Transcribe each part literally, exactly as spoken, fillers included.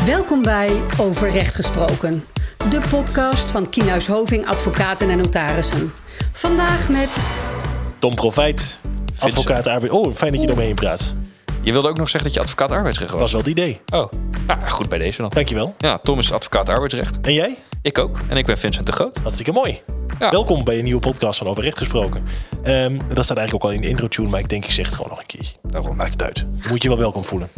Welkom bij Over Recht Gesproken, de podcast van Kienhuis Hoving Advocaten en Notarissen. Vandaag met Tom Profijt, advocaat arbeid. Oh, fijn dat je eromheen praat. Je wilde ook nog zeggen dat je advocaat arbeidsrecht was. Was wel het idee. Oh, nou, goed bij deze dan. Dankjewel. Ja, Tom is advocaat arbeidsrecht. En jij? Ik ook. En ik ben Vincent de Groot. Hartstikke mooi. Ja. Welkom bij een nieuwe podcast van Over Recht Gesproken. Um, dat staat eigenlijk ook al in de intro-tune, maar ik denk ik zeg het gewoon nog een keertje. Daarom maakt het uit. Je moet je wel welkom voelen.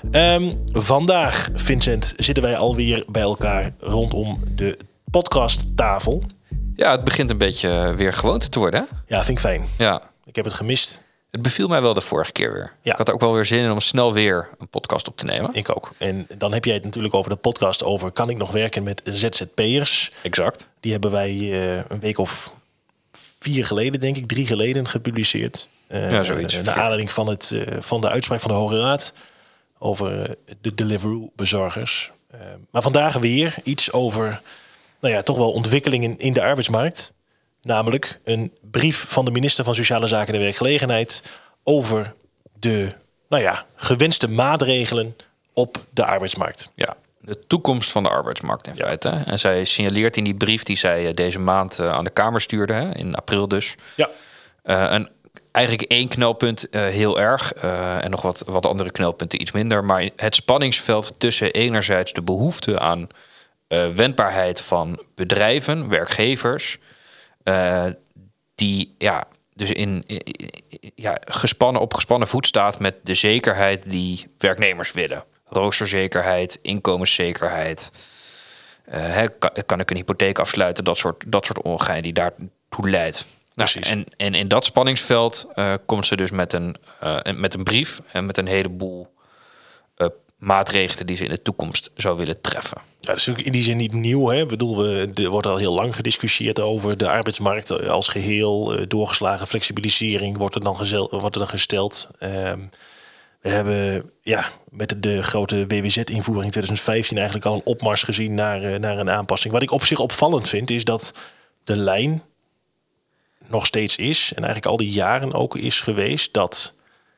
Um, vandaag, Vincent, zitten wij alweer bij elkaar rondom de podcasttafel. Ja, het begint een beetje weer gewoonte te worden, hè? Ja, vind ik fijn. Ja. Ik heb het gemist. Het beviel mij wel de vorige keer weer. Ja. Ik had er ook wel weer zin in om snel weer een podcast op te nemen. Ik ook. En dan heb jij het natuurlijk over de podcast over kan ik nog werken met Z Z P'ers. Exact. Die hebben wij uh, een week of vier geleden, denk ik, drie geleden gepubliceerd. Uh, ja, zoiets. Naar aanleiding van, het, uh, van de uitspraak van de Hoge Raad over uh, de Deliveroo-bezorgers. Uh, maar vandaag weer iets over, nou ja, toch wel ontwikkelingen in de arbeidsmarkt. Namelijk een brief van de minister van Sociale Zaken en Werkgelegenheid over de, nou ja, gewenste maatregelen op de arbeidsmarkt. Ja, de toekomst van de arbeidsmarkt in ja. feite. En zij signaleert in die brief die zij deze maand aan de Kamer stuurde, hè, in april dus. Ja. Uh, een, eigenlijk één knelpunt uh, heel erg uh, en nog wat, wat andere knelpunten iets minder. Maar het spanningsveld tussen enerzijds de behoefte aan uh, wendbaarheid van bedrijven, werkgevers, Uh, die ja, dus in, in ja, gespannen, op gespannen voet staat met de zekerheid die werknemers willen. Roosterzekerheid, inkomenszekerheid. Uh, hè, kan, kan ik een hypotheek afsluiten? Dat soort, dat soort ongein die daartoe leidt. Nou, en, en in dat spanningsveld uh, komt ze dus met een, uh, met een brief en met een heleboel uh, maatregelen die ze in de toekomst zou willen treffen. Ja, dat is natuurlijk in die zin niet nieuw. Hè? Ik bedoel, we, er wordt al heel lang gediscussieerd over de arbeidsmarkt als geheel. Doorgeslagen flexibilisering wordt er dan, gezel, wordt er dan gesteld. Um, we hebben ja, met de grote W W Z-invoering in twintig vijftien eigenlijk al een opmars gezien naar, naar een aanpassing. Wat ik op zich opvallend vind, is dat de lijn nog steeds is, en eigenlijk al die jaren ook is geweest, dat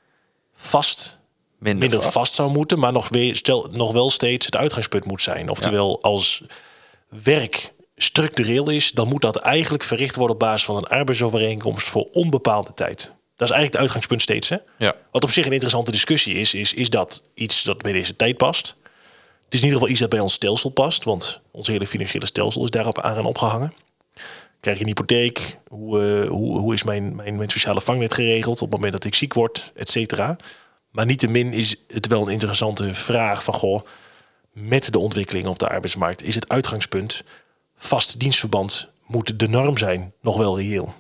vast minder, minder vast. vast zou moeten, maar nog, weer, stel, nog wel steeds het uitgangspunt moet zijn. Oftewel, ja. Als werk structureel is, dan moet dat eigenlijk verricht worden op basis van een arbeidsovereenkomst voor onbepaalde tijd. Dat is eigenlijk het uitgangspunt steeds. Hè? Ja. Wat op zich een interessante discussie is, is, is dat iets dat bij deze tijd past? Het is in ieder geval iets dat bij ons stelsel past, want ons hele financiële stelsel is daarop aan en opgehangen. Krijg je een hypotheek? Hoe, uh, hoe, hoe is mijn, mijn, mijn sociale vangnet geregeld op het moment dat ik ziek word, et cetera? Maar niettemin is het wel een interessante vraag van, goh, met de ontwikkeling op de arbeidsmarkt is het uitgangspunt vast dienstverband moet de norm zijn nog wel reëel?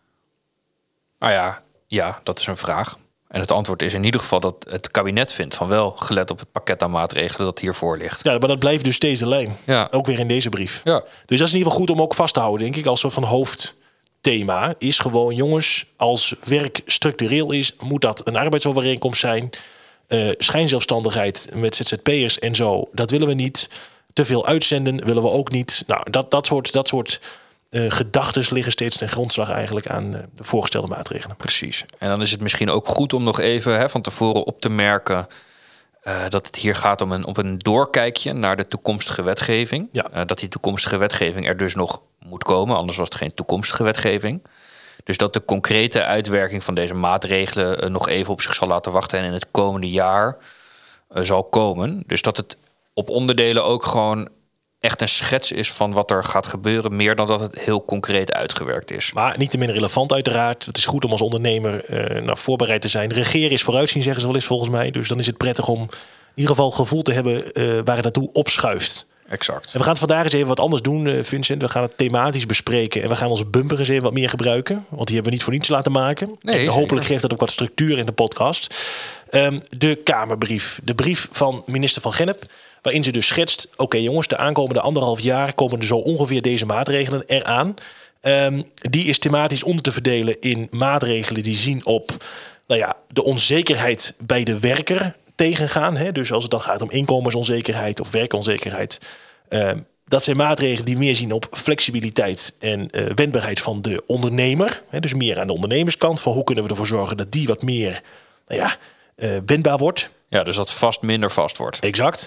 Nou ja, ja, dat is een vraag. En het antwoord is in ieder geval dat het kabinet vindt van wel, gelet op het pakket aan maatregelen dat hiervoor ligt. Ja, maar dat blijft dus deze lijn. Ja. Ook weer in deze brief. Ja. Dus dat is in ieder geval goed om ook vast te houden, denk ik, als soort van hoofdthema. Is gewoon, jongens, als werk structureel is, moet dat een arbeidsovereenkomst zijn. Uh, schijnzelfstandigheid met Z Z P'ers en zo, dat willen we niet. Te veel uitzenden willen we ook niet. Nou, dat, dat soort, dat soort uh, gedachten liggen steeds ten grondslag eigenlijk aan uh, de voorgestelde maatregelen. Precies. En dan is het misschien ook goed om nog even hè, van tevoren op te merken Uh, dat het hier gaat om een, op een doorkijkje naar de toekomstige wetgeving. Ja. Uh, dat die toekomstige wetgeving er dus nog moet komen, anders was het geen toekomstige wetgeving. Dus dat de concrete uitwerking van deze maatregelen uh, nog even op zich zal laten wachten en in het komende jaar uh, zal komen. Dus dat het op onderdelen ook gewoon echt een schets is van wat er gaat gebeuren, meer dan dat het heel concreet uitgewerkt is. Maar niet te min relevant uiteraard. Het is goed om als ondernemer uh, nou, voorbereid te zijn. Regeren is vooruitzien, zeggen ze wel eens volgens mij. Dus dan is het prettig om in ieder geval gevoel te hebben uh, waar het naartoe opschuift. Exact. En we gaan het vandaag eens even wat anders doen, uh, Vincent. We gaan het thematisch bespreken en we gaan onze bumper eens even wat meer gebruiken. Want die hebben we niet voor niets laten maken. Nee, en hopelijk geeft dat ook wat structuur in de podcast. Um, de Kamerbrief. De brief van minister Van Gennep. Waarin ze dus schetst, oké okay jongens, de aankomende anderhalf jaar komen er zo ongeveer deze maatregelen eraan. Um, die is thematisch onder te verdelen in maatregelen die zien op nou ja, de onzekerheid bij de werker tegengaan. Hè? Dus als het dan gaat om inkomensonzekerheid of werkonzekerheid. Um, dat zijn maatregelen die meer zien op flexibiliteit en uh, wendbaarheid van de ondernemer. Hè? Dus meer aan de ondernemerskant. Van hoe kunnen we ervoor zorgen dat die wat meer nou ja, uh, wendbaar wordt. Ja, dus dat vast minder vast wordt. Exact.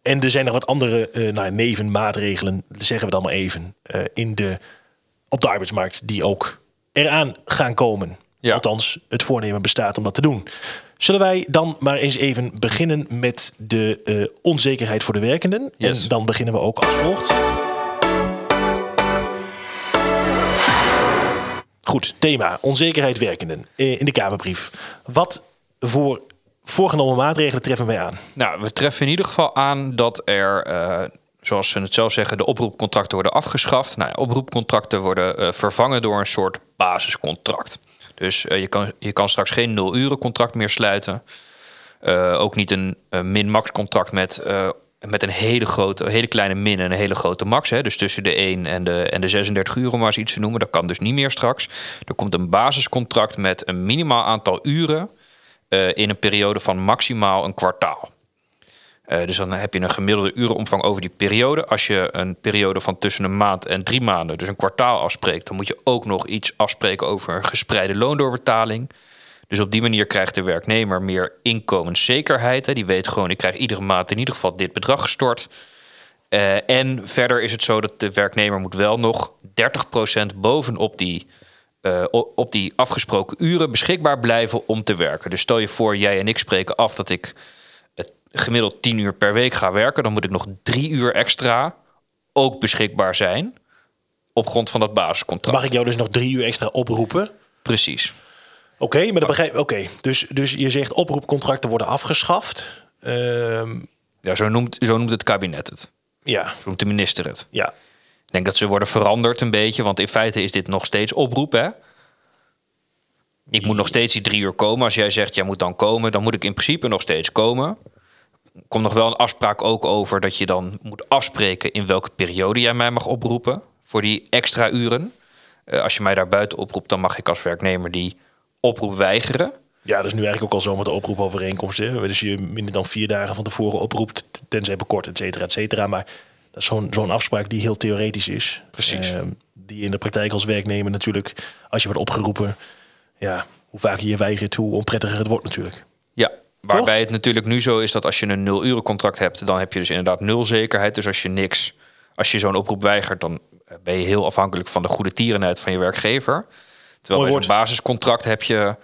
En er zijn nog wat andere uh, nou, nevenmaatregelen, zeggen we dan maar even, uh, in de, op de arbeidsmarkt die ook eraan gaan komen. Ja. Althans, het voornemen bestaat om dat te doen. Zullen wij dan maar eens even beginnen met de uh, onzekerheid voor de werkenden? Yes. En dan beginnen we ook als volgt. Goed, thema onzekerheid werkenden uh, in de Kamerbrief. Wat voor voorgenomen maatregelen treffen wij aan? Nou, we treffen in ieder geval aan dat er, uh, zoals ze het zelf zeggen, de oproepcontracten worden afgeschaft. Nou ja, oproepcontracten worden uh, vervangen door een soort basiscontract. Dus uh, je, kan, je kan straks geen nul-uren contract meer sluiten. Uh, ook niet een, een min-max contract met, uh, met een hele grote, hele kleine min en een hele grote max. Hè. Dus tussen de één en de, en de zesendertig uur, om maar eens iets te noemen. Dat kan dus niet meer straks. Er komt een basiscontract met een minimaal aantal uren uh, in een periode van maximaal een kwartaal. Uh, dus dan heb je een gemiddelde urenomvang over die periode. Als je een periode van tussen een maand en drie maanden, dus een kwartaal afspreekt, dan moet je ook nog iets afspreken over gespreide loondoorbetaling. Dus op die manier krijgt de werknemer meer inkomenszekerheid. Hè. Die weet gewoon, ik krijg iedere maand in ieder geval dit bedrag gestort. Uh, en verder is het zo dat de werknemer moet wel nog dertig procent bovenop die, uh, op die afgesproken uren beschikbaar blijven om te werken. Dus stel je voor, jij en ik spreken af dat ik gemiddeld tien uur per week ga werken, dan moet ik nog drie uur extra ook beschikbaar zijn op grond van dat basiscontract. Mag ik jou dus nog drie uur extra oproepen? Precies. Oké, okay, maar dat begrijp ik. Oké, okay. dus, dus je zegt oproepcontracten worden afgeschaft. Um... Ja, zo noemt, zo noemt het kabinet het. Ja. Zo noemt de minister het. Ja. Ik denk dat ze worden veranderd een beetje, want in feite is dit nog steeds oproep, hè? Ik moet nog steeds die drie uur komen. Als jij zegt, jij moet dan komen, dan moet ik in principe nog steeds komen. Er komt nog wel een afspraak ook over dat je dan moet afspreken in welke periode jij mij mag oproepen voor die extra uren. Uh, als je mij daar buiten oproept, dan mag ik als werknemer die oproep weigeren. Ja, dat is nu eigenlijk ook al zo met de oproepovereenkomsten. Dus je minder dan vier dagen van tevoren oproept, tenzij bekort, et cetera, et cetera. Maar dat is zo'n, zo'n afspraak die heel theoretisch is. Precies. Uh, die in de praktijk als werknemer natuurlijk, als je wordt opgeroepen, ja, hoe vaak je je weigert, hoe onprettiger het wordt natuurlijk. Ja. Waarbij het natuurlijk nu zo is dat als je een nul-uren contract hebt, dan heb je dus inderdaad nul zekerheid. Dus als je niks, als je zo'n oproep weigert, dan ben je heel afhankelijk van de goede tierenheid van je werkgever. Terwijl bij zo'n basiscontract heb je,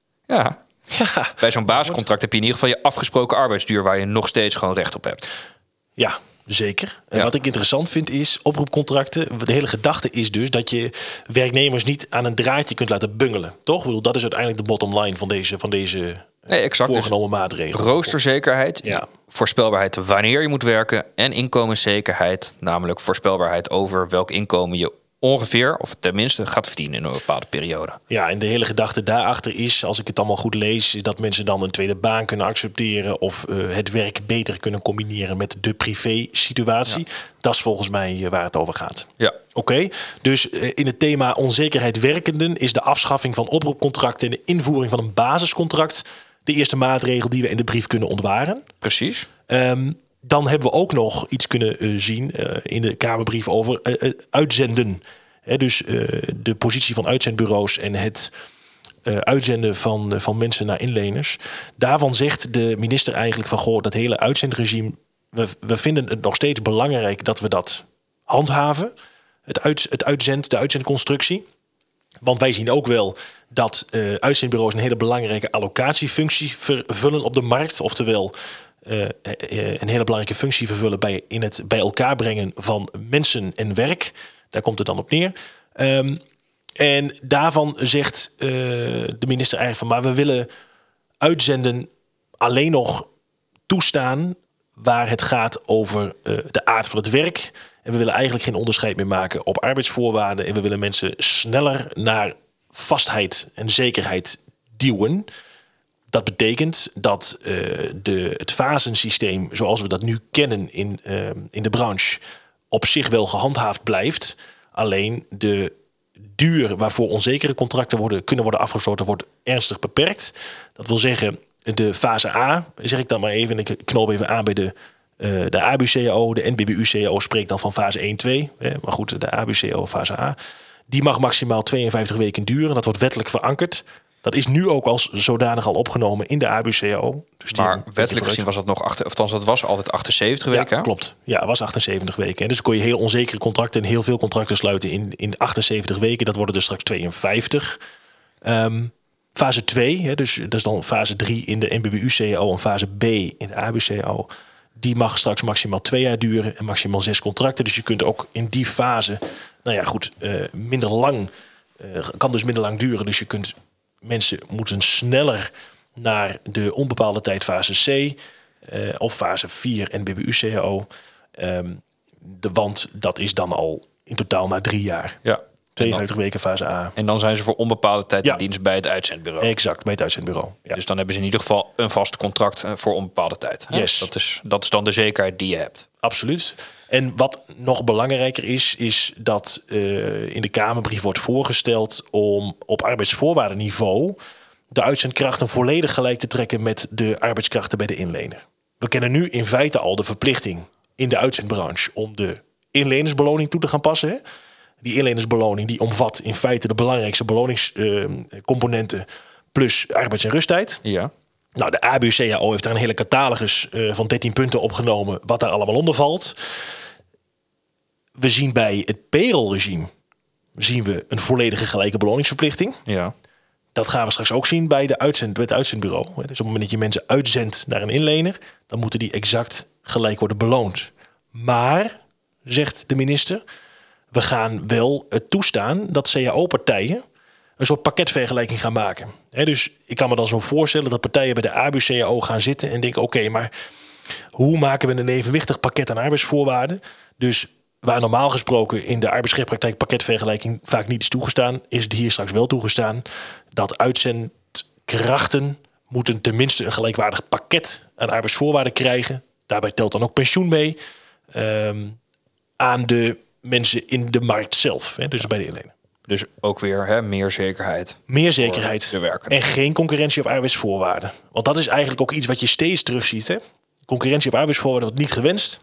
ja, ja, bij zo'n basiscontract heb je in ieder geval je afgesproken arbeidsduur waar je nog steeds gewoon recht op hebt. Ja, zeker. En ja. wat ik interessant vind is, oproepcontracten, de hele gedachte is dus dat je werknemers niet aan een draadje kunt laten bungelen. Toch? Ik bedoel, dat is uiteindelijk de bottom line van deze, van deze nee, exact. voorgenomen dus maatregelen. Roosterzekerheid, ja. Voorspelbaarheid wanneer je moet werken en inkomenszekerheid, namelijk voorspelbaarheid over welk inkomen je ongeveer, of tenminste, gaat verdienen in een bepaalde periode. Ja, en de hele gedachte daarachter is, als ik het allemaal goed lees, is dat mensen dan een tweede baan kunnen accepteren of uh, het werk beter kunnen combineren met de privé-situatie. Ja. Dat is volgens mij uh, waar het over gaat. Ja. Oké, okay. Dus uh, in het thema onzekerheid werkenden is de afschaffing van oproepcontracten en de invoering van een basiscontract de eerste maatregel die we in de brief kunnen ontwaren. Precies. Um, Dan hebben we ook nog iets kunnen uh, zien uh, in de Kamerbrief over uh, uh, uitzenden. He, dus uh, de positie van uitzendbureaus en het uh, uitzenden van, uh, van mensen naar inleners. Daarvan zegt de minister eigenlijk van, goh, dat hele uitzendregime, we, we vinden het nog steeds belangrijk dat we dat handhaven. Het, uit, het uitzend, de uitzendconstructie. Want wij zien ook wel dat uh, uitzendbureaus een hele belangrijke allocatiefunctie vervullen op de markt. Oftewel, Uh, uh, een hele belangrijke functie vervullen bij in het bij elkaar brengen van mensen en werk. Daar komt het dan op neer. Um, en daarvan zegt uh, de minister eigenlijk van, maar we willen uitzenden alleen nog toestaan waar het gaat over uh, de aard van het werk. En we willen eigenlijk geen onderscheid meer maken op arbeidsvoorwaarden. En we willen mensen sneller naar vastheid en zekerheid duwen. Dat betekent dat uh, de, het fasensysteem zoals we dat nu kennen in, uh, in de branche op zich wel gehandhaafd blijft. Alleen de duur waarvoor onzekere contracten worden, kunnen worden afgesloten wordt ernstig beperkt. Dat wil zeggen, de fase A, zeg ik dan maar even, ik knoop even aan bij de, uh, de A B U C A O, de N B B U C A O spreekt dan van fase één twee. Hè, maar goed, de A B U C A O fase A. Die mag maximaal tweeënvijftig weken duren. Dat wordt wettelijk verankerd. Dat is nu ook als zodanig al opgenomen in de A B U C A O. Dus die Maar wettelijk gezien was dat nog achter, of althans, dat was altijd achtenzeventig weken. Ja, hè? klopt. Ja, het was achtenzeventig weken. En dus kon je heel onzekere contracten en heel veel contracten sluiten in, in achtenzeventig weken. Dat worden dus straks tweeënvijftig. Um, fase twee, hè, dus dat is dan fase drie in de N B B U C A O en fase B in de A B U C A O. Die mag straks maximaal twee jaar duren en maximaal zes contracten. Dus je kunt ook in die fase, nou ja, goed, uh, minder lang, uh, kan dus minder lang duren. Dus je kunt, mensen moeten sneller naar de onbepaalde tijd fase C uh, of fase vier N B B U C A O. Um, de, want dat is dan al in totaal na drie jaar. Ja. tweeënvijftig weken fase A. En dan zijn ze voor onbepaalde tijd Ja. in dienst bij het uitzendbureau. Exact, bij het uitzendbureau. Ja. Dus dan hebben ze in ieder geval een vast contract eh, voor onbepaalde tijd. hè? Yes. Dat is, dat is dan de zekerheid die je hebt. Absoluut. En wat nog belangrijker is, is dat uh, in de Kamerbrief wordt voorgesteld om op arbeidsvoorwaardenniveau de uitzendkrachten volledig gelijk te trekken met de arbeidskrachten bij de inlener. We kennen nu in feite al de verplichting in de uitzendbranche om de inlenersbeloning toe te gaan passen. Hè? Die inlenersbeloning die omvat in feite de belangrijkste beloningscomponenten uh, plus arbeids- en rusttijd. Ja. Nou, de A B U C A O heeft daar een hele catalogus uh, van dertien punten opgenomen wat daar allemaal onder valt. We zien bij het payrollregime zien we een volledige gelijke beloningsverplichting. Ja. Dat gaan we straks ook zien bij, de uitzend, bij het uitzendbureau. Dus op het moment dat je mensen uitzendt naar een inlener, dan moeten die exact gelijk worden beloond. Maar, zegt de minister, we gaan wel het toestaan dat C A O-partijen een soort pakketvergelijking gaan maken. He, dus ik kan me dan zo voorstellen dat partijen bij de A B U C A O gaan zitten en denken, oké, okay, maar hoe maken we een evenwichtig pakket aan arbeidsvoorwaarden? Dus waar normaal gesproken in de arbeidsrechtpraktijk pakketvergelijking vaak niet is toegestaan, is het hier straks wel toegestaan dat uitzendkrachten moeten tenminste een gelijkwaardig pakket aan arbeidsvoorwaarden krijgen. Daarbij telt dan ook pensioen mee um, aan de mensen in de markt zelf, hè, dus bij de inlener. Dus ook weer hè, meer zekerheid. Meer zekerheid de werkende. En geen concurrentie op arbeidsvoorwaarden. Want dat is eigenlijk ook iets wat je steeds terugziet. Hè? Concurrentie op arbeidsvoorwaarden wordt niet gewenst.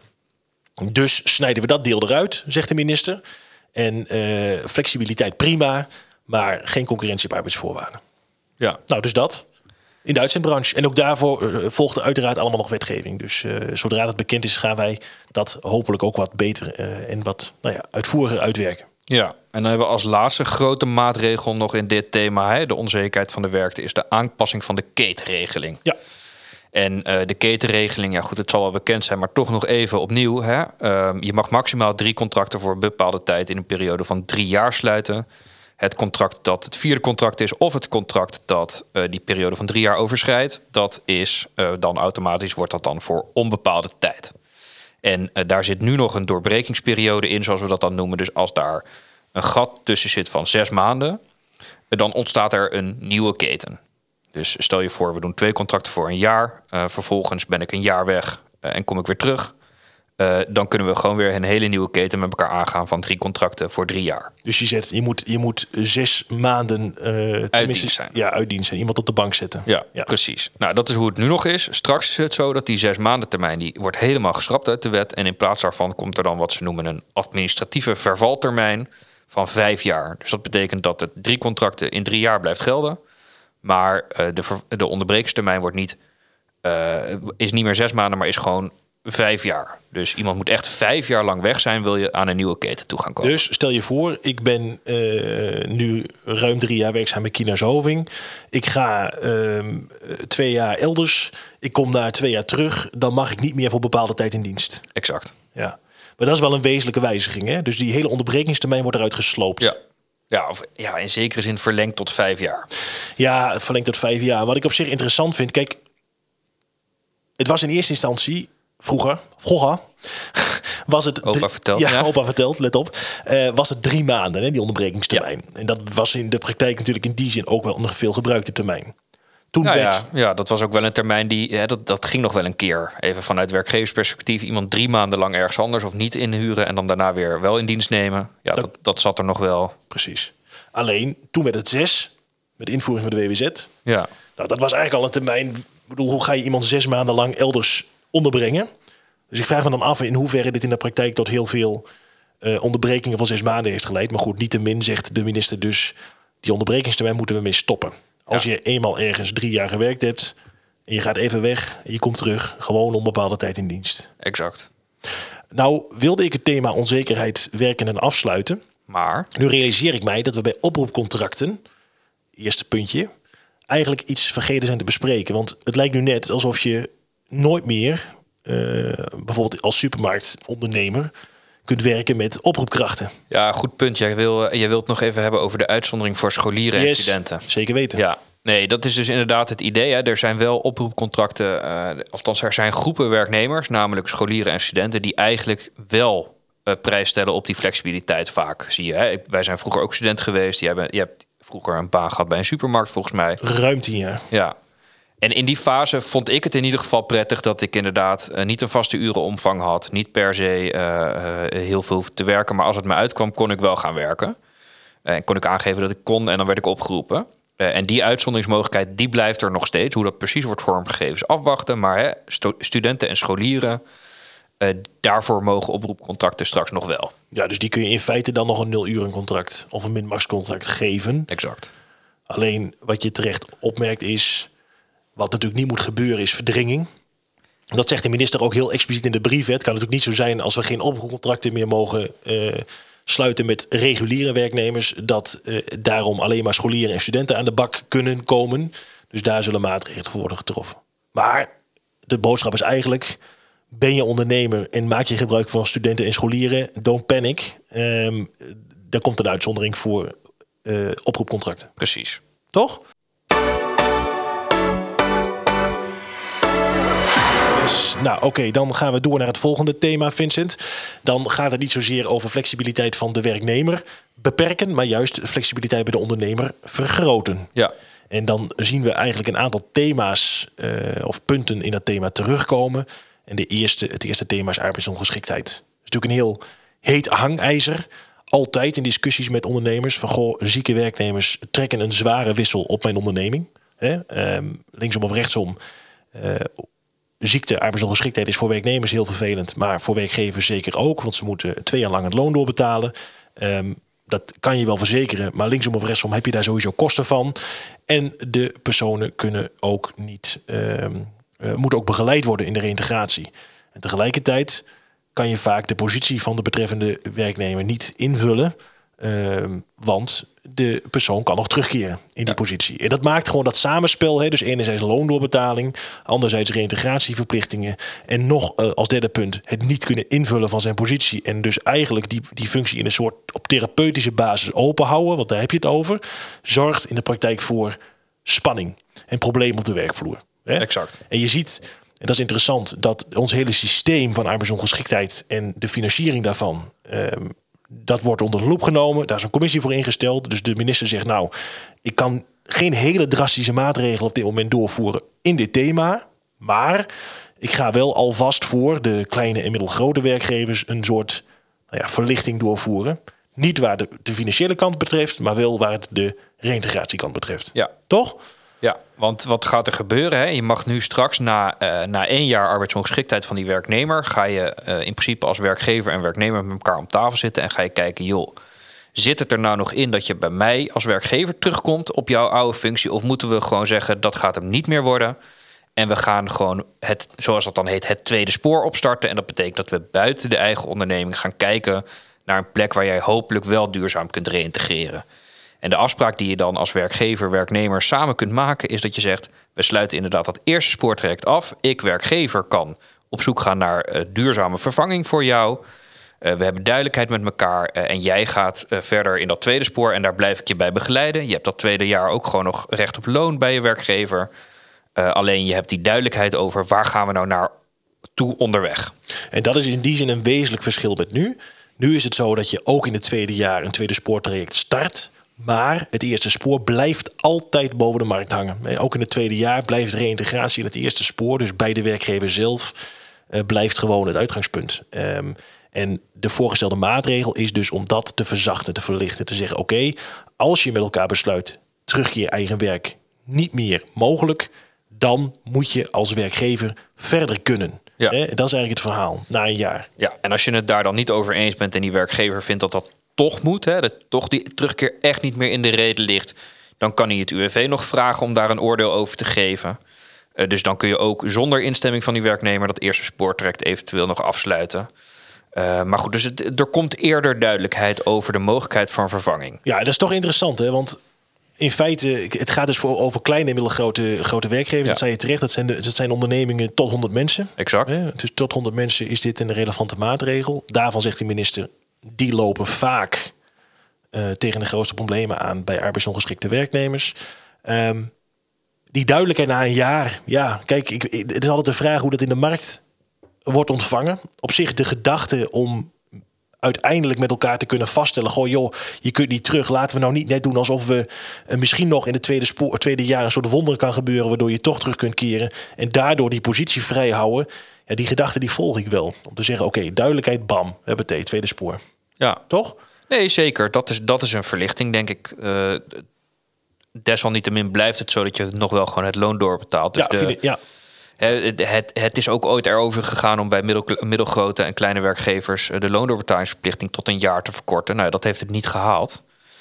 Dus snijden we dat deel eruit, zegt de minister. En uh, flexibiliteit prima, maar geen concurrentie op arbeidsvoorwaarden. Ja. Nou, dus dat. In de uitzendbranche. En ook daarvoor uh, volgt er uiteraard allemaal nog wetgeving. Dus uh, zodra dat bekend is, gaan wij dat hopelijk ook wat beter uh, en wat nou ja, uitvoeriger uitwerken. Ja, en dan hebben we als laatste grote maatregel nog in dit thema, hè, de onzekerheid van de werkte, is de aanpassing van de ketenregeling. Ja. En uh, de ketenregeling, ja goed, het zal wel bekend zijn, maar toch nog even opnieuw. Hè. Uh, je mag maximaal drie contracten voor een bepaalde tijd in een periode van drie jaar sluiten. Het contract dat het vierde contract is of het contract dat uh, die periode van drie jaar overschrijdt, dat is uh, dan automatisch, wordt dat dan voor onbepaalde tijd. En uh, daar zit nu nog een doorbrekingsperiode in, zoals we dat dan noemen. Dus als daar een gat tussen zit van zes maanden, dan ontstaat er een nieuwe keten. Dus stel je voor, we doen twee contracten voor een jaar. Uh, vervolgens ben ik een jaar weg uh, en kom ik weer terug. Uh, dan kunnen we gewoon weer een hele nieuwe keten met elkaar aangaan van drie contracten voor drie jaar. Dus je zet, je moet, je moet zes maanden uh, uit dienst zijn. Ja, uit dienst zijn. Iemand op de bank zetten. Ja, ja, precies. Nou, dat is hoe het nu nog is. Straks is het zo dat die zes maanden termijn die wordt helemaal geschrapt uit de wet. En in plaats daarvan komt er dan wat ze noemen een administratieve vervaltermijn van vijf jaar. Dus dat betekent dat het drie contracten in drie jaar blijft gelden. Maar uh, de, ver, de onderbrekingstermijn wordt niet, uh, is niet meer zes maanden, maar is gewoon vijf jaar. Dus iemand moet echt vijf jaar lang weg zijn, wil je aan een nieuwe keten toe gaan komen. Dus stel je voor, ik ben uh, nu ruim drie jaar werkzaam bij Kienhuis Hoving. Ik ga uh, twee jaar elders. Ik kom na twee jaar terug. Dan mag ik niet meer voor bepaalde tijd in dienst. Exact. Ja. Maar dat is wel een wezenlijke wijziging. Hè? Dus die hele onderbrekingstermijn wordt eruit gesloopt. Ja. Ja, of ja, in zekere zin verlengd tot vijf jaar. Ja, het verlengd tot vijf jaar. Wat ik op zich interessant vind, kijk, het was in eerste instantie vroeger, vroeger was het opa drie, vertelt, ja, ja, opa vertelt, let op, uh, was het drie maanden, hè, die onderbrekingstermijn. Ja. En dat was in de praktijk natuurlijk in die zin ook wel een veel gebruikte termijn. Toen nou werd... ja, ja, dat was ook wel een termijn die, hè, dat, dat ging nog wel een keer. Even vanuit werkgeversperspectief, iemand drie maanden lang ergens anders of niet inhuren en dan daarna weer wel in dienst nemen. Ja, dat, dat, dat zat er nog wel. Precies. Alleen, toen werd het zes, met invoering van de W W Z. Ja. Nou, dat was eigenlijk al een termijn. Ik bedoel, hoe ga je iemand zes maanden lang elders onderbrengen? Dus ik vraag me dan af in hoeverre dit in de praktijk tot heel veel uh, onderbrekingen van zes maanden heeft geleid. Maar goed, niettemin zegt de minister dus, die onderbrekingstermijn moeten we mee stoppen. Als Ja. je eenmaal ergens drie jaar gewerkt hebt en je gaat even weg en je komt terug, gewoon om bepaalde tijd in dienst. Exact. Nou wilde ik het thema onzekerheid werken en afsluiten. Maar, Nu realiseer ik mij dat we bij oproepcontracten, eerste puntje, eigenlijk iets vergeten zijn te bespreken. Want het lijkt nu net alsof je nooit meer, uh, bijvoorbeeld als supermarktondernemer, kunt werken met oproepkrachten. ja, goed punt. Jij wil, jij wilt het nog even hebben over de uitzondering voor scholieren en Yes, studenten. zeker weten. Ja, nee, dat is dus inderdaad het idee. Hè. Er zijn wel oproepcontracten, uh, althans er zijn groepen werknemers, namelijk scholieren en studenten, die eigenlijk wel uh, prijs stellen op die flexibiliteit vaak. Zie je, hè? Ik, wij zijn vroeger ook student geweest. Je hebt, je hebt vroeger een baan gehad bij een supermarkt, volgens mij. Ruim tien jaar. Ja. En in die fase vond ik het in ieder geval prettig dat ik inderdaad uh, niet een vaste urenomvang had. Niet per se uh, uh, heel veel te werken, maar als het me uitkwam, kon ik wel gaan werken. Uh, en kon ik aangeven dat ik kon en dan werd ik opgeroepen. Uh, en die uitzonderingsmogelijkheid, die blijft er nog steeds. Hoe dat precies wordt vormgegeven is afwachten. Maar hè, stu- studenten en scholieren, uh, daarvoor mogen oproepcontracten straks nog wel. Ja, dus die kun je in feite dan nog een nul-urencontract of een min-max-contract geven. Exact. Alleen wat je terecht opmerkt is, wat natuurlijk niet moet gebeuren, is verdringing. Dat zegt de minister ook heel expliciet in de brief. Het kan natuurlijk niet zo zijn als we geen oproepcontracten meer mogen uh, sluiten met reguliere werknemers, dat uh, daarom alleen maar scholieren en studenten aan de bak kunnen komen. Dus daar zullen maatregelen voor worden getroffen. Maar de boodschap is eigenlijk, ben je ondernemer en maak je gebruik van studenten en scholieren, don't panic. Um, daar komt een uitzondering voor uh, oproepcontracten. Precies. Toch? Nou, oké, okay, dan gaan we door naar het volgende thema, Vincent. Dan gaat het niet zozeer over flexibiliteit van de werknemer beperken, maar juist flexibiliteit bij de ondernemer vergroten. Ja. En dan zien we eigenlijk een aantal thema's uh, of punten in dat thema terugkomen. En de eerste, het eerste thema is arbeidsongeschiktheid. Dat is natuurlijk een heel heet hangijzer. Altijd in discussies met ondernemers van, goh, zieke werknemers trekken een zware wissel op mijn onderneming. Hè? Um, linksom of rechtsom. Uh, Ziekte, arbeidsongeschiktheid is voor werknemers heel vervelend, maar voor werkgevers zeker ook, want ze moeten twee jaar lang het loon doorbetalen. Um, dat kan je wel verzekeren, maar linksom of rechtsom heb je daar sowieso kosten van. En de personen kunnen ook niet, um, uh, moeten ook begeleid worden in de reïntegratie. En tegelijkertijd kan je vaak de positie van de betreffende werknemer niet invullen, um, want de persoon kan nog terugkeren in die ja. positie. En dat maakt gewoon dat samenspel. Hè, dus enerzijds loondoorbetaling, anderzijds reïntegratieverplichtingen. En nog uh, als derde punt het niet kunnen invullen van zijn positie. En dus eigenlijk die, die functie in een soort op therapeutische basis openhouden, want daar heb je het over, zorgt in de praktijk voor spanning en problemen op de werkvloer. Hè? Exact. En je ziet, en dat is interessant, dat ons hele systeem van arbeidsongeschiktheid en de financiering daarvan, Um, dat wordt onder de loep genomen. Daar is een commissie voor ingesteld. Dus de minister zegt, nou, ik kan geen hele drastische maatregelen op dit moment doorvoeren in dit thema. Maar ik ga wel alvast voor de kleine en middelgrote werkgevers een soort nou ja, verlichting doorvoeren. Niet waar de, de financiële kant betreft, maar wel waar het de reïntegratiekant betreft. Ja. Toch? Ja, want wat gaat er gebeuren? Hè? Je mag nu straks na, uh, na één jaar arbeidsongeschiktheid van die werknemer, ga je uh, in principe als werkgever en werknemer met elkaar om tafel zitten en ga je kijken, joh, zit het er nou nog in dat je bij mij als werkgever terugkomt op jouw oude functie? Of moeten we gewoon zeggen, dat gaat hem niet meer worden? En we gaan gewoon het, zoals dat dan heet, het tweede spoor opstarten. En dat betekent dat we buiten de eigen onderneming gaan kijken naar een plek waar jij hopelijk wel duurzaam kunt reïntegreren. En de afspraak die je dan als werkgever, werknemer samen kunt maken, is dat je zegt, we sluiten inderdaad dat eerste spoortraject af. Ik, werkgever, kan op zoek gaan naar uh, duurzame vervanging voor jou. Uh, we hebben duidelijkheid met elkaar uh, en jij gaat uh, verder in dat tweede spoor en daar blijf ik je bij begeleiden. Je hebt dat tweede jaar ook gewoon nog recht op loon bij je werkgever. Uh, alleen je hebt die duidelijkheid over waar gaan we nou naar toe onderweg. En dat is in die zin een wezenlijk verschil met nu. Nu is het zo dat je ook in het tweede jaar een tweede spoortraject start. Maar het eerste spoor blijft altijd boven de markt hangen. Ook in het tweede jaar blijft reïntegratie in het eerste spoor. Dus bij de werkgever zelf uh, blijft gewoon het uitgangspunt. Um, en de voorgestelde maatregel is dus om dat te verzachten, te verlichten. Te zeggen, oké, okay, als je met elkaar besluit terugkeer eigen werk niet meer mogelijk, dan moet je als werkgever verder kunnen. Ja. He, dat is eigenlijk het verhaal, na een jaar. Ja, en als je het daar dan niet over eens bent en die werkgever vindt dat dat toch moet, hè, dat toch die terugkeer echt niet meer in de reden ligt, dan kan hij het U W V nog vragen om daar een oordeel over te geven. Uh, dus dan kun je ook zonder instemming van die werknemer dat eerste spoortraject eventueel nog afsluiten. Uh, maar goed, dus het, er komt eerder duidelijkheid over de mogelijkheid van vervanging. Ja, dat is toch interessant, hè? Want in feite, het gaat dus voor over kleine en middelgrote grote werkgevers. Ja. Dat zei je terecht, dat zijn, de, dat zijn ondernemingen tot honderd mensen. Exact. Hè? Dus tot honderd mensen is dit een relevante maatregel. Daarvan zegt de minister, die lopen vaak uh, tegen de grootste problemen aan bij arbeidsongeschikte werknemers. Um, die duidelijkheid na een jaar. Ja, kijk, ik, het is altijd de vraag hoe dat in de markt wordt ontvangen. Op zich de gedachte om uiteindelijk met elkaar te kunnen vaststellen, goh joh, je kunt niet terug. Laten we nou niet net doen alsof we uh, misschien nog in het tweede, spoor, tweede jaar een soort wonder kan gebeuren, waardoor je toch terug kunt keren en daardoor die positie vrij houden. Ja, die gedachte die volg ik wel. Om te zeggen, oké, okay, duidelijkheid, bam, we hebben het tweede spoor. Ja. Toch? Nee, zeker. Dat is, dat is een verlichting, denk ik. Uh, desalniettemin blijft het zo dat je nog wel gewoon het loon doorbetaalt. Dus ja, de, ik, ja. Het, het, het is ook ooit erover gegaan om bij middel, middelgrote en kleine werkgevers de loondoorbetalingsverplichting tot een jaar te verkorten. Nou, dat heeft het niet gehaald.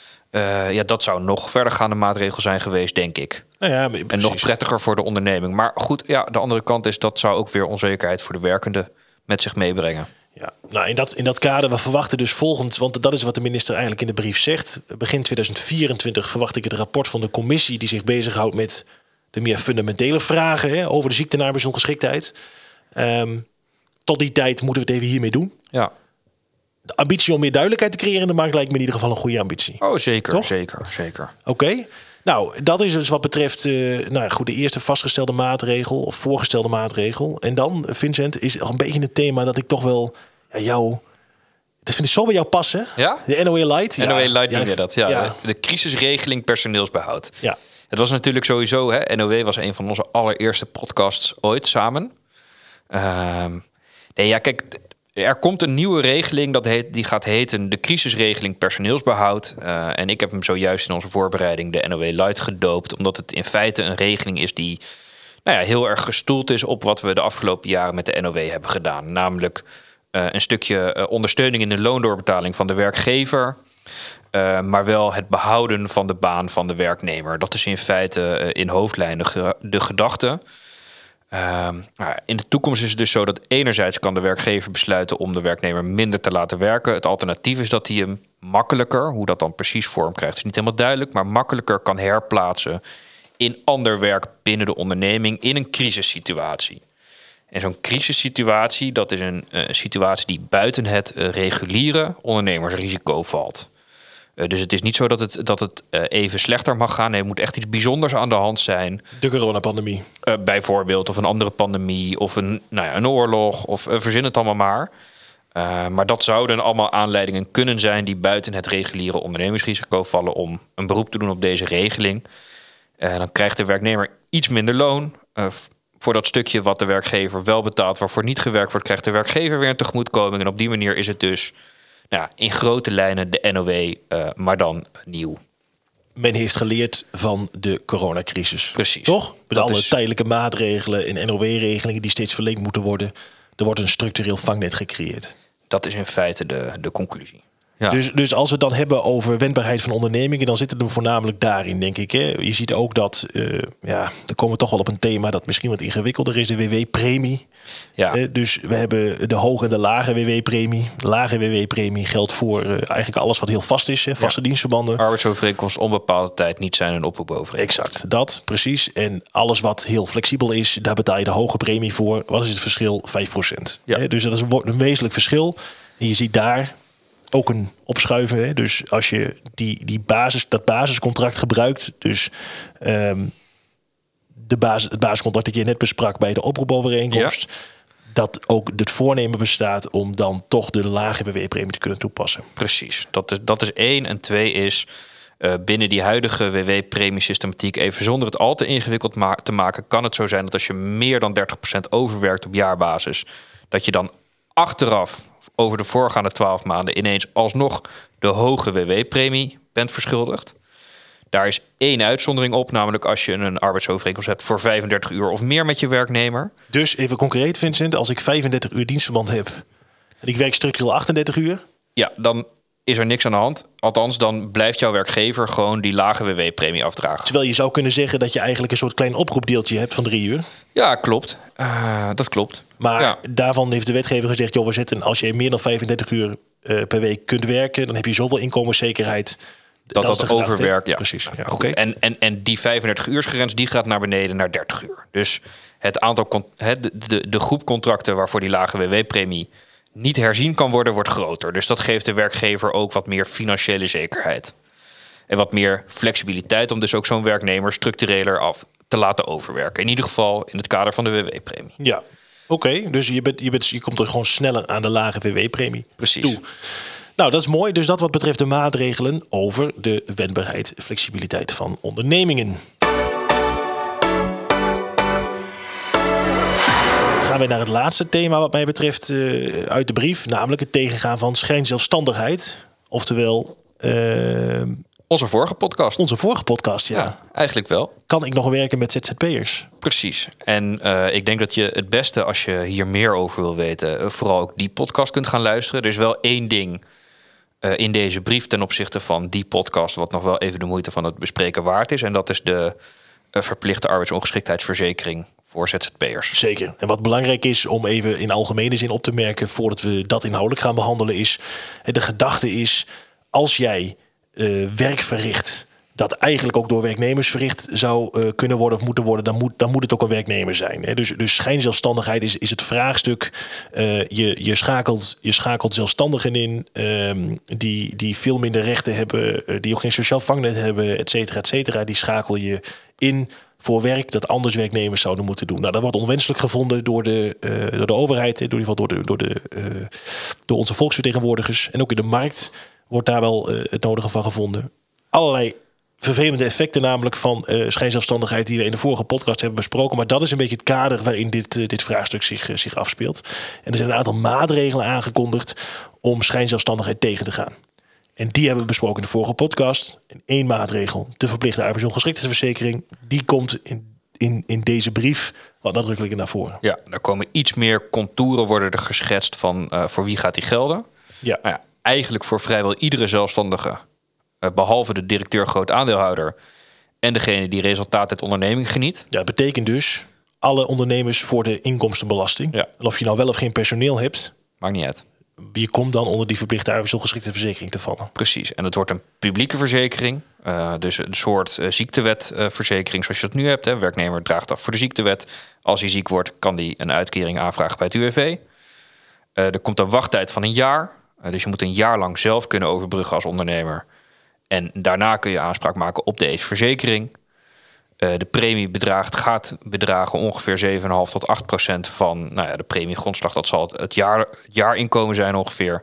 Uh, ja, dat zou nog verdergaande maatregel zijn geweest, denk ik. Nou ja, en nog prettiger voor de onderneming. Maar goed, ja, de andere kant is dat zou ook weer onzekerheid voor de werkende met zich meebrengen. Ja, nou in dat, in dat kader, we verwachten dus volgend, want dat is wat de minister eigenlijk in de brief zegt. Begin tweeduizend vierentwintig verwacht ik het rapport van de commissie die zich bezighoudt met de meer fundamentele vragen hè, over de ziekte en arbeidsongeschiktheid. Um, tot die tijd moeten we het even hiermee doen. Ja. De ambitie om meer duidelijkheid te creëren in de markt lijkt me in ieder geval een goede ambitie. Oh, zeker, toch? zeker, zeker. Oké. Okay. Nou, dat is dus wat betreft uh, nou goed, de eerste vastgestelde maatregel of voorgestelde maatregel. En dan, Vincent, is nog een beetje een thema dat ik toch wel ja, jou. Dat vind ik zo bij jou passen. Ja? De N O E Light. N O E Light noem je dat. Ja. ja. De crisisregeling personeelsbehoud. Ja. Het was natuurlijk sowieso, hè, N O W was een van onze allereerste podcasts ooit samen. Uh, nee, ja, kijk, er komt een nieuwe regeling, dat heet, die gaat heten de crisisregeling personeelsbehoud. Uh, en ik heb hem zojuist in onze voorbereiding de N O W Light gedoopt, omdat het in feite een regeling is die nou ja, heel erg gestoeld is op wat we de afgelopen jaren met de N O W hebben gedaan. Namelijk uh, een stukje uh, ondersteuning in de loondoorbetaling van de werkgever, Uh, maar wel het behouden van de baan van de werknemer. Dat is in feite uh, in hoofdlijnen ge- de gedachte. Uh, nou, in de toekomst is het dus zo dat enerzijds kan de werkgever besluiten om de werknemer minder te laten werken. Het alternatief is dat hij hem makkelijker, hoe dat dan precies vorm krijgt, is niet helemaal duidelijk, maar makkelijker kan herplaatsen in ander werk binnen de onderneming in een crisissituatie. En zo'n crisissituatie, dat is een uh, situatie die buiten het uh, reguliere ondernemersrisico valt. Uh, dus het is niet zo dat het, dat het uh, even slechter mag gaan. Nee, er moet echt iets bijzonders aan de hand zijn. De coronapandemie. Uh, bijvoorbeeld, of een andere pandemie, of een, nou ja, een oorlog, of uh, verzin het allemaal maar. Uh, maar dat zouden allemaal aanleidingen kunnen zijn die buiten het reguliere ondernemingsrisico vallen om een beroep te doen op deze regeling. Uh, dan krijgt de werknemer iets minder loon. Uh, voor dat stukje wat de werkgever wel betaalt, waarvoor niet gewerkt wordt, krijgt de werkgever weer een tegemoetkoming. En op die manier is het dus nou ja, in grote lijnen de N O W, uh, maar dan nieuw. Men heeft geleerd van de coronacrisis. Precies. Toch? Met alle is tijdelijke maatregelen en N O W-regelingen die steeds verleend moeten worden. Er wordt een structureel vangnet gecreëerd. Dat is in feite de, de conclusie. Ja. Dus, dus als we het dan hebben over wendbaarheid van ondernemingen, dan zit het hem voornamelijk daarin, denk ik. Hè? Je ziet ook dat, uh, ja, dan komen we toch wel op een thema dat misschien wat ingewikkelder is, de W W-premie. Ja. Uh, dus we hebben de hoge en de lage W W-premie. De lage W W-premie geldt voor uh, eigenlijk alles wat heel vast is, hè? Vaste ja. dienstverbanden. Arbeidsovereenkomst onbepaalde tijd niet zijn een oproepovereenkomst. Exact, dat, precies. En alles wat heel flexibel is, daar betaal je de hoge premie voor. Wat is het verschil? vijf procent. Ja. Uh, dus dat is een, een wezenlijk verschil. En je ziet daar ook een opschuiven. Hè? Dus als je die, die basis, dat basiscontract gebruikt, dus um, de basis, het basiscontract dat je net besprak bij de oproepovereenkomst, ja. dat ook het voornemen bestaat om dan toch de lage W W-premie te kunnen toepassen. Precies, dat is, dat is één. En twee is, uh, binnen die huidige W W-premiesystematiek, even zonder het al te ingewikkeld ma- te maken, kan het zo zijn dat als je meer dan dertig procent overwerkt op jaarbasis, dat je dan achteraf over de voorgaande twaalf maanden ineens alsnog de hoge W W-premie bent verschuldigd. Daar is één uitzondering op, namelijk als je een arbeidsovereenkomst hebt voor vijfendertig uur of meer met je werknemer. Dus even concreet, Vincent, als ik vijfendertig uur dienstverband heb en ik werk structureel achtendertig uur. Ja, dan is er niks aan de hand. Althans, dan blijft jouw werkgever gewoon die lage W W-premie afdragen. Terwijl je zou kunnen zeggen dat je eigenlijk een soort klein oproepdeeltje hebt van drie uur. Ja, klopt. Uh, dat klopt. Maar ja. daarvan heeft de wetgever gezegd, joh, we zetten, als je meer dan vijfendertig uur uh, per week kunt werken, dan heb je zoveel inkomenszekerheid. Dat dat, dat overwerk, ja. Precies. Ja, oké. Okay. En, en, en die vijfendertig uursgrens die gaat naar beneden naar dertig uur. Dus het aantal, het, de, de, de groep contracten waarvoor die lage W W-premie niet herzien kan worden, wordt groter. Dus dat geeft de werkgever ook wat meer financiële zekerheid. En wat meer flexibiliteit om dus ook zo'n werknemer structureler af te laten overwerken. In ieder geval in het kader van de W W-premie. Ja, oké. Okay. Dus je, bent, je, bent, je komt er gewoon sneller aan de lage W W-premie Precies. toe. Nou, dat is mooi. Dus dat wat betreft de maatregelen over de wendbaarheid, flexibiliteit van ondernemingen. Gaan we naar het laatste thema wat mij betreft uh, uit de brief. Namelijk het tegengaan van schijnzelfstandigheid. Oftewel Uh, onze vorige podcast. Onze vorige podcast, ja. ja. Eigenlijk wel. Kan ik nog werken met Z Z P'ers? Precies. En uh, ik denk dat je het beste, als je hier meer over wil weten, uh, vooral ook die podcast kunt gaan luisteren. Er is wel één ding uh, in deze brief ten opzichte van die podcast wat nog wel even de moeite van het bespreken waard is. En dat is de uh, verplichte arbeidsongeschiktheidsverzekering voor Z Z P'ers. Zeker. En wat belangrijk is om even in algemene zin op te merken voordat we dat inhoudelijk gaan behandelen is, de gedachte is, als jij uh, werk verricht dat eigenlijk ook door werknemers verricht zou uh, kunnen worden of moeten worden, dan moet, dan moet het ook een werknemer zijn. Hè. Dus, dus schijnzelfstandigheid is, is het vraagstuk. Uh, je, je, schakelt, je schakelt zelfstandigen in um, die, die veel minder rechten hebben, uh, die ook geen sociaal vangnet hebben, et cetera, et cetera. Die schakel je in voor werk dat anders werknemers zouden moeten doen. Nou, dat wordt onwenselijk gevonden door de, uh, door de overheid, door, in ieder geval door, de, door, de, uh, door onze volksvertegenwoordigers. En ook in de markt wordt daar wel uh, het nodige van gevonden. Allerlei vervelende effecten namelijk van uh, schijnzelfstandigheid die we in de vorige podcast hebben besproken. Maar dat is een beetje het kader waarin dit, uh, dit vraagstuk zich, uh, zich afspeelt. En er zijn een aantal maatregelen aangekondigd om schijnzelfstandigheid tegen te gaan. En die hebben we besproken in de vorige podcast. En één maatregel, de verplichte arbeidsongeschiktheidsverzekering, die komt in, in, in deze brief wat nadrukkelijker naar voren. Ja, daar komen iets meer contouren worden er geschetst van uh, voor wie gaat die gelden. Ja. Nou ja, eigenlijk voor vrijwel iedere zelfstandige, uh, behalve de directeur groot aandeelhouder en degene die resultaat uit onderneming geniet. Ja, dat betekent dus alle ondernemers voor de inkomstenbelasting. Ja. En of je nou wel of geen personeel hebt, maakt niet uit. Je komt dan onder die verplichte arbeidsongeschiktheidsverzekering te vallen. Precies. En het wordt een publieke verzekering. Uh, dus een soort uh, ziektewetverzekering uh, zoals je dat nu hebt. Hè. Werknemer draagt af voor de ziektewet. Als hij ziek wordt, kan hij een uitkering aanvragen bij het U W V. Uh, er komt een wachttijd van een jaar. Uh, dus je moet een jaar lang zelf kunnen overbruggen als ondernemer. En daarna kun je aanspraak maken op deze verzekering. Uh, de premie bedraagt, gaat bedragen ongeveer zeven komma vijf tot acht procent van nou ja, de premiegrondslag. Dat zal het, het, jaar, het jaarinkomen zijn ongeveer.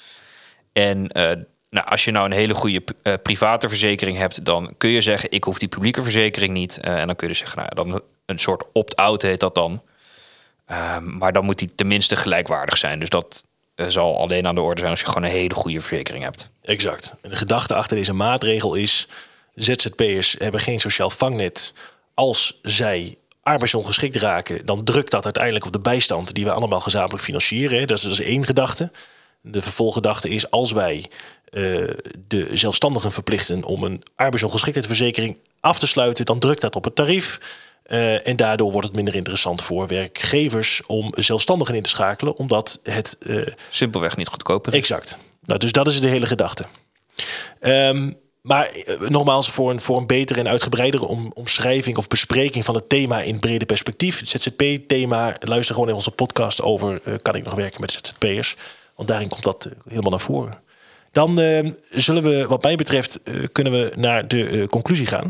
En uh, nou, als je nou een hele goede uh, private verzekering hebt, dan kun je zeggen, ik hoef die publieke verzekering niet. Uh, en dan kun je zeggen, nou, dan een soort opt-out heet dat dan. Uh, maar dan moet die tenminste gelijkwaardig zijn. Dus dat uh, zal alleen aan de orde zijn als je gewoon een hele goede verzekering hebt. Exact. En de gedachte achter deze maatregel is, Z Z P'ers hebben geen sociaal vangnet. Als zij arbeidsongeschikt raken, dan drukt dat uiteindelijk op de bijstand die we allemaal gezamenlijk financieren. Dat is, dat is één gedachte. De vervolggedachte is, als wij uh, de zelfstandigen verplichten om een arbeidsongeschiktheidsverzekering af te sluiten, dan drukt dat op het tarief. Uh, en daardoor wordt het minder interessant voor werkgevers om zelfstandigen in te schakelen, omdat het Uh, simpelweg niet goedkoper is. Exact. Nou, dus dat is de hele gedachte. Um, Maar uh, nogmaals, voor een, voor een betere en uitgebreidere om, omschrijving of bespreking van het thema in brede perspectief, het Z Z P-thema, luister gewoon in onze podcast over uh, kan ik nog werken met Z Z P'ers. Want daarin komt dat uh, helemaal naar voren. Dan uh, zullen we, wat mij betreft, uh, kunnen we naar de uh, conclusie gaan.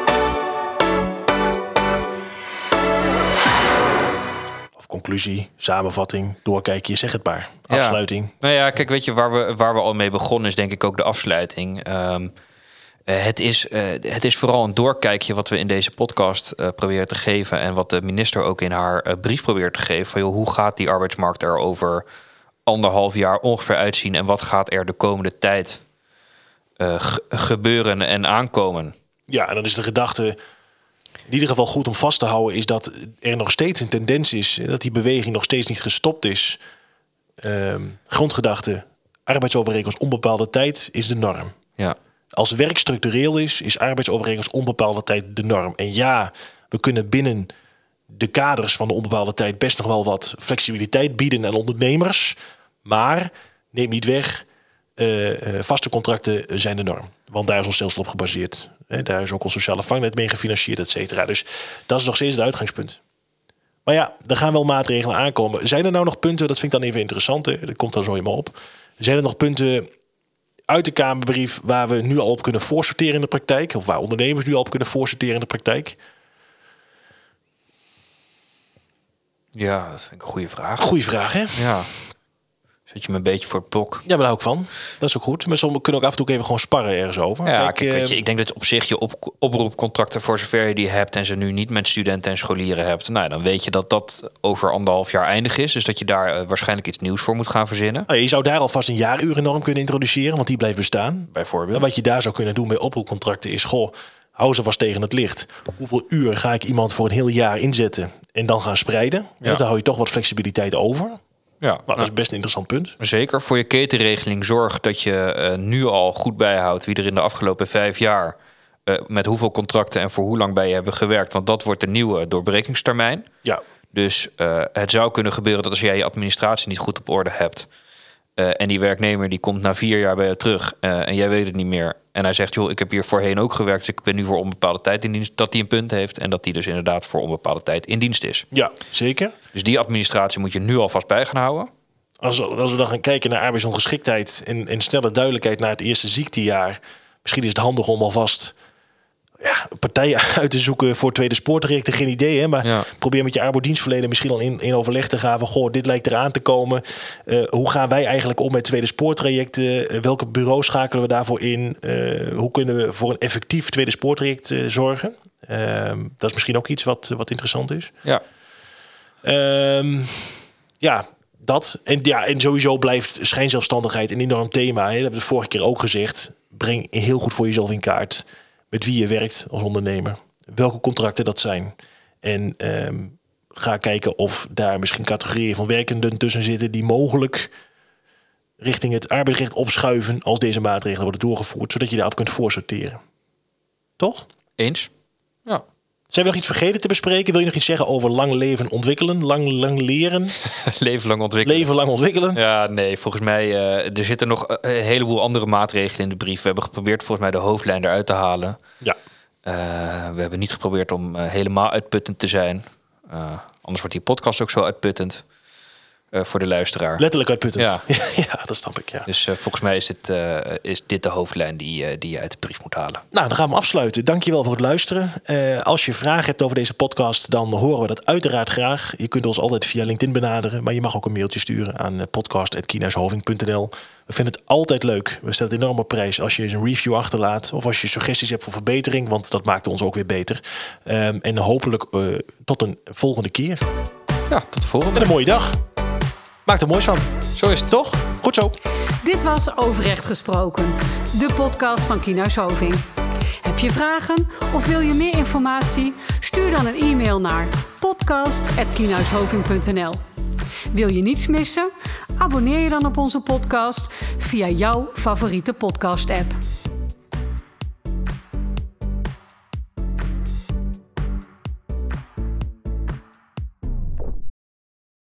Of conclusie, samenvatting, doorkijkje, zeg het maar. Afsluiting. Ja. Nou ja, kijk, weet je, waar we, waar we al mee begonnen is denk ik ook de afsluiting. Um, Uh, het, is, uh, het is vooral een doorkijkje wat we in deze podcast uh, proberen te geven. En wat de minister ook in haar uh, brief probeert te geven. Van, joh, hoe gaat die arbeidsmarkt er over anderhalf jaar ongeveer uitzien? En wat gaat er de komende tijd uh, g- gebeuren en aankomen? Ja, en dan is de gedachte in ieder geval goed om vast te houden, is dat er nog steeds een tendens is, dat die beweging nog steeds niet gestopt is. Um, grondgedachte, arbeidsovereenkomst onbepaalde tijd is de norm. Ja. Als werk structureel is, is arbeidsovereenkomst onbepaalde tijd de norm. En ja, we kunnen binnen de kaders van de onbepaalde tijd best nog wel wat flexibiliteit bieden aan ondernemers. Maar neem niet weg, uh, uh, vaste contracten zijn de norm. Want daar is ons stelsel op gebaseerd. He, daar is ook ons sociale vangnet mee gefinancierd, et cetera. Dus dat is nog steeds het uitgangspunt. Maar ja, er gaan wel maatregelen aankomen. Zijn er nou nog punten, dat vind ik dan even interessant. Hè? Dat komt dan zo helemaal op. Zijn er nog punten uit de Kamerbrief waar we nu al op kunnen voorsorteren in de praktijk? Of waar ondernemers nu al op kunnen voorsorteren in de praktijk? Ja, dat vind ik een goede vraag. Goeie vraag, hè? Ja. Zet je me een beetje voor het blok. Ja, maar daar hou ik van. Dat is ook goed. Maar soms kunnen we ook af en toe even gewoon sparren ergens over. Ja, Kijk, kijk, weet je, uh, ik denk dat op zich je op, oproepcontracten, voor zover je die hebt en ze nu niet met studenten en scholieren hebt, nou, dan weet je dat dat over anderhalf jaar eindig is. Dus dat je daar uh, waarschijnlijk iets nieuws voor moet gaan verzinnen. Nou, je zou daar alvast een jaarurennorm kunnen introduceren, want die blijft bestaan. Bijvoorbeeld. En wat je daar zou kunnen doen bij oproepcontracten is, goh, hou ze vast tegen het licht. Hoeveel uur ga ik iemand voor een heel jaar inzetten en dan gaan spreiden? Ja. Dus dan hou je toch wat flexibiliteit over. Ja, nou, dat is best een interessant punt. Zeker voor je ketenregeling zorg dat je uh, nu al goed bijhoudt wie er in de afgelopen vijf jaar uh, met hoeveel contracten en voor hoe lang bij je hebben gewerkt. Want dat wordt de nieuwe doorbrekingstermijn. Ja. Dus uh, het zou kunnen gebeuren dat als jij je administratie niet goed op orde hebt uh, en die werknemer die komt na vier jaar bij je terug uh, en jij weet het niet meer. En hij zegt, joh, ik heb hier voorheen ook gewerkt, dus ik ben nu voor onbepaalde tijd in dienst. Dat hij een punt heeft en dat hij dus inderdaad voor onbepaalde tijd in dienst is. Ja, zeker. Dus die administratie moet je nu alvast bij gaan houden. Als we, als we dan gaan kijken naar arbeidsongeschiktheid en, en snelle duidelijkheid naar het eerste ziektejaar, misschien is het handig om alvast ja, partijen uit te zoeken voor tweede spoortrajecten. Geen idee, hè? Maar ja. probeer met je arbodienstverlener misschien al in, in overleg te gaan van, goh, dit lijkt eraan te komen. Uh, hoe gaan wij eigenlijk om met tweede spoortrajecten? Uh, welke bureaus schakelen we daarvoor in? Uh, hoe kunnen we voor een effectief tweede spoortraject uh, zorgen? Uh, dat is misschien ook iets wat, wat interessant is. Ja. Uh, ja. Dat. En, ja, en sowieso blijft schijnzelfstandigheid een enorm thema. Hè. Dat hebben we de vorige keer ook gezegd. Breng heel goed voor jezelf in kaart met wie je werkt als ondernemer. Welke contracten dat zijn. En um, ga kijken of daar misschien categorieën van werkenden tussen zitten die mogelijk richting het arbeidsrecht opschuiven als deze maatregelen worden doorgevoerd, zodat je daarop kunt voorsorteren. Toch? Eens. Ja. Zijn we nog iets vergeten te bespreken? Wil je nog iets zeggen over lang leven ontwikkelen? Lang, lang leren? Leven lang ontwikkelen. Leven lang ontwikkelen? Ja, nee, volgens mij... Uh, er zitten nog een heleboel andere maatregelen in de brief. We hebben geprobeerd volgens mij de hoofdlijn eruit te halen. Ja. Uh, we hebben niet geprobeerd om uh, helemaal uitputtend te zijn. Uh, anders wordt die podcast ook zo uitputtend. Uh, voor de luisteraar. Letterlijk uitputtend. Ja, ja dat snap ik, ja. Dus uh, volgens mij is dit, uh, is dit de hoofdlijn die, uh, die je uit de brief moet halen. Nou, dan gaan we afsluiten. Dankjewel voor het luisteren. Uh, als je vragen hebt over deze podcast, dan horen we dat uiteraard graag. Je kunt ons altijd via LinkedIn benaderen, maar je mag ook een mailtje sturen aan podcast apenstaartje kienhuishoving punt n l. We vinden het altijd leuk. We stellen het enorm op prijs als je eens een review achterlaat of als je suggesties hebt voor verbetering, want dat maakt ons ook weer beter. Um, en hopelijk uh, tot een volgende keer. Ja, tot de volgende. En een mooie dag. Maak er moois van. Zo is het. Toch? Goed zo. Dit was Overrecht Gesproken, de podcast van Kienhuishoving. Heb je vragen of wil je meer informatie? Stuur dan een e-mail naar podcast apenstaartje kienhuishoving punt n l. Wil je niets missen? Abonneer je dan op onze podcast via jouw favoriete podcast-app.